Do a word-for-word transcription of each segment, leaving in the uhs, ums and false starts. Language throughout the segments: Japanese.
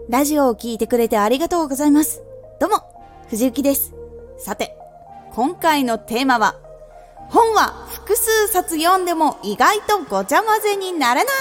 ラジオを聞いてくれてありがとうございます。どうも、藤幸です。さて、今回のテーマは、本は複数冊読んでも意外とごちゃ混ぜにならない。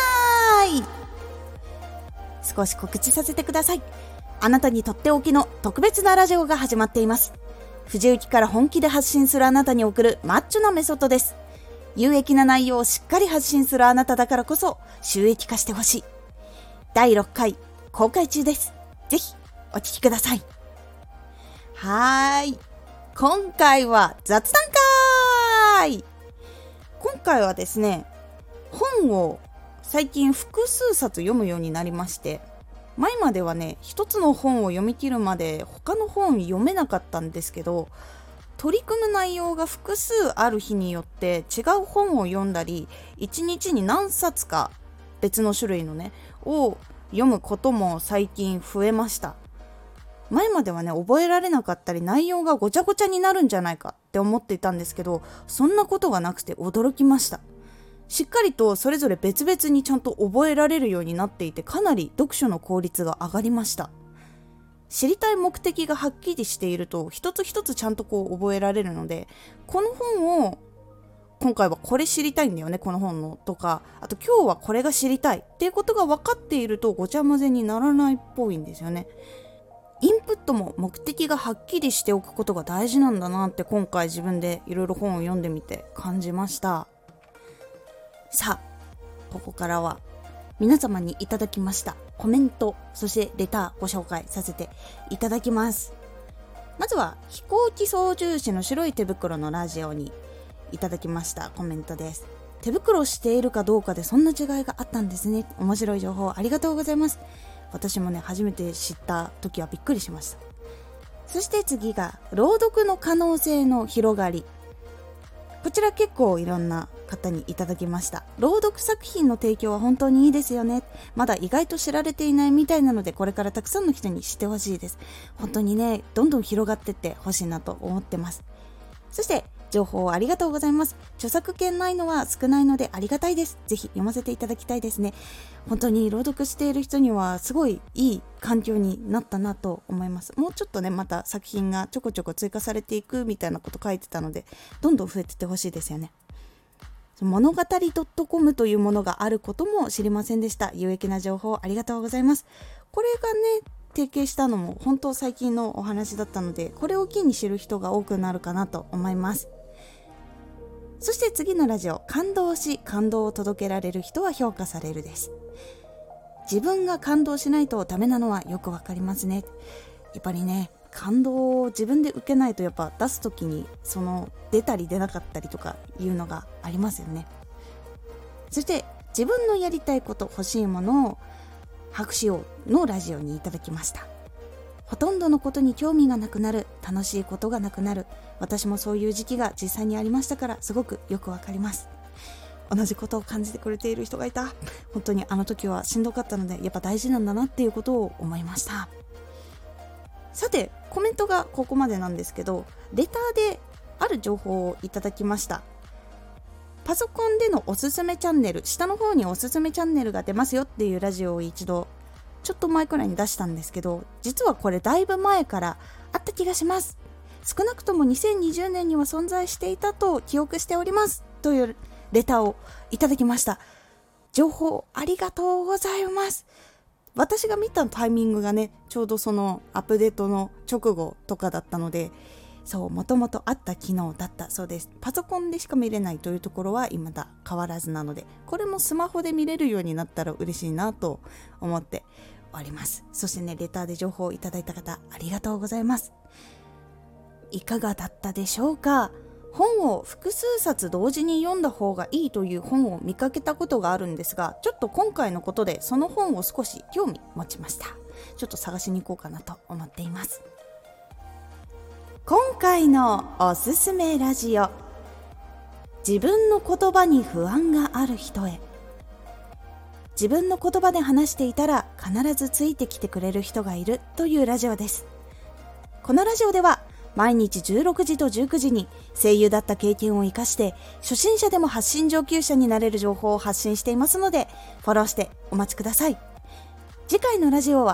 少し告知させてください。あなたにとっておきの特別なラジオが始まっています。藤幸から本気で発信するあなたに送るマッチョなメソッドです。有益な内容をしっかり発信するあなただからこそ収益化してほしい。だいろっかい公開中です。ぜひお聞きください。はーい。今回は雑談会。今回はですね、本を最近複数冊読むようになりまして、前まではね、一つの本を読み切るまで他の本読めなかったんですけど、取り組む内容が複数ある日によって違う本を読んだり、一日に何冊か別の種類のねを読むことも最近増えました。前まではね、覚えられなかったり内容がごちゃごちゃになるんじゃないかって思っていたんですけど、そんなことがなくて驚きました。しっかりとそれぞれ別々にちゃんと覚えられるようになっていて、かなり読書の効率が上がりました。知りたい目的がはっきりしていると一つ一つちゃんとこう覚えられるので、この本を今回はこれ知りたいんだよね、この本のとか、あと今日はこれが知りたいっていうことが分かっているとごちゃ混ぜにならないっぽいんですよね。インプットも目的がはっきりしておくことが大事なんだなって今回自分でいろいろ本を読んでみて感じました。さあ、ここからは皆様にいただきましたコメント、そしてレターご紹介させていただきます。まずは飛行機操縦士の白い手袋のラジオにいただきましたコメントです。手袋をしているかどうかでそんな違いがあったんですね。面白い情報ありがとうございます。私もね、初めて知った時はびっくりしました。そして次が朗読の可能性の広がり。こちら結構いろんな方にいただきました。朗読作品の提供は本当にいいですよね。まだ意外と知られていないみたいなので、これからたくさんの人に知ってほしいです。本当にね、どんどん広がってってほしいなと思ってます。そして情報ありがとうございます。著作権ないのは少ないのでありがたいです。ぜひ読ませていただきたいですね。本当に朗読している人にはすごいいい環境になったなと思います。もうちょっとね、また作品がちょこちょこ追加されていくみたいなこと書いてたので、どんどん増えてってほしいですよね。物語 .com というものがあることも知りませんでした。有益な情報ありがとうございます。これがね、提携したのも本当最近のお話だったので、これを機に知る人が多くなるかなと思います。そして次のラジオ、感動し感動を届けられる人は評価されるです。自分が感動しないとダメなのはよくわかりますね。やっぱりね、感動を自分で受けないとやっぱ出すときにその出たり出なかったりとかいうのがありますよね。そして自分のやりたいこと、欲しいものを白紙のラジオにいただきました。ほとんどのことに興味がなくなる、楽しいことがなくなる。私もそういう時期が実際にありましたから、すごくよくわかります。同じことを感じてくれている人がいた。本当にあの時はしんどかったので、やっぱ大事なんだなっていうことを思いました。さて、コメントがここまでなんですけど、レターである情報をいただきました。パソコンでのおすすめチャンネル、下の方におすすめチャンネルが出ますよっていうラジオを一度ちょっと前くらいに出したんですけど、実はこれだいぶ前からあった気がします。少なくともにせんにじゅうねんには存在していたと記憶しておりますというレターをいただきました。情報ありがとうございます。私が見たタイミングがね、ちょうどそのアップデートの直後とかだったので、そう、もともとあった機能だったそうです。パソコンでしか見れないというところは未だ変わらずなので、これもスマホで見れるようになったら嬉しいなと思っております。そしてね、レターで情報をいただいた方ありがとうございます。いかがだったでしょうか。本を複数冊同時に読んだ方がいいという本を見かけたことがあるんですが、ちょっと今回のことでその本を少し興味持ちました。ちょっと探しに行こうかなと思っています。今回のおすすめラジオ、自分の言葉に不安がある人へ。自分の言葉で話していたら必ずついてきてくれる人がいるというラジオです。このラジオでは毎日じゅうろくじとじゅうくじに声優だった経験を生かして初心者でも発信上級者になれる情報を発信していますので、フォローしてお待ちください。次回のラジオは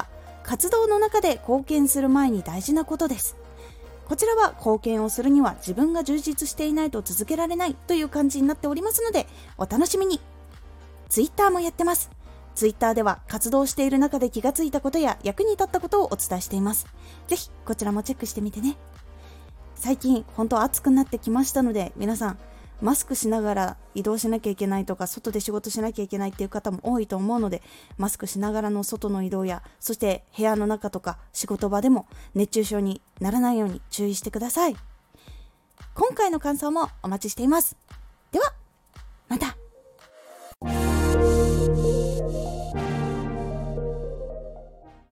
活動の中で貢献する前に大事なことです。こちらは貢献をするには自分が充実していないと続けられないという感じになっておりますので、お楽しみに。ツイッターもやってます。ツイッターでは活動している中で気がついたことや役に立ったことをお伝えしています。ぜひこちらもチェックしてみてね。最近本当暑くなってきましたので、皆さんマスクしながら移動しなきゃいけないとか、外で仕事しなきゃいけないっていう方も多いと思うので、マスクしながらの外の移動や、そして部屋の中とか仕事場でも熱中症にならないように注意してください。今回の感想もお待ちしています。ではまた。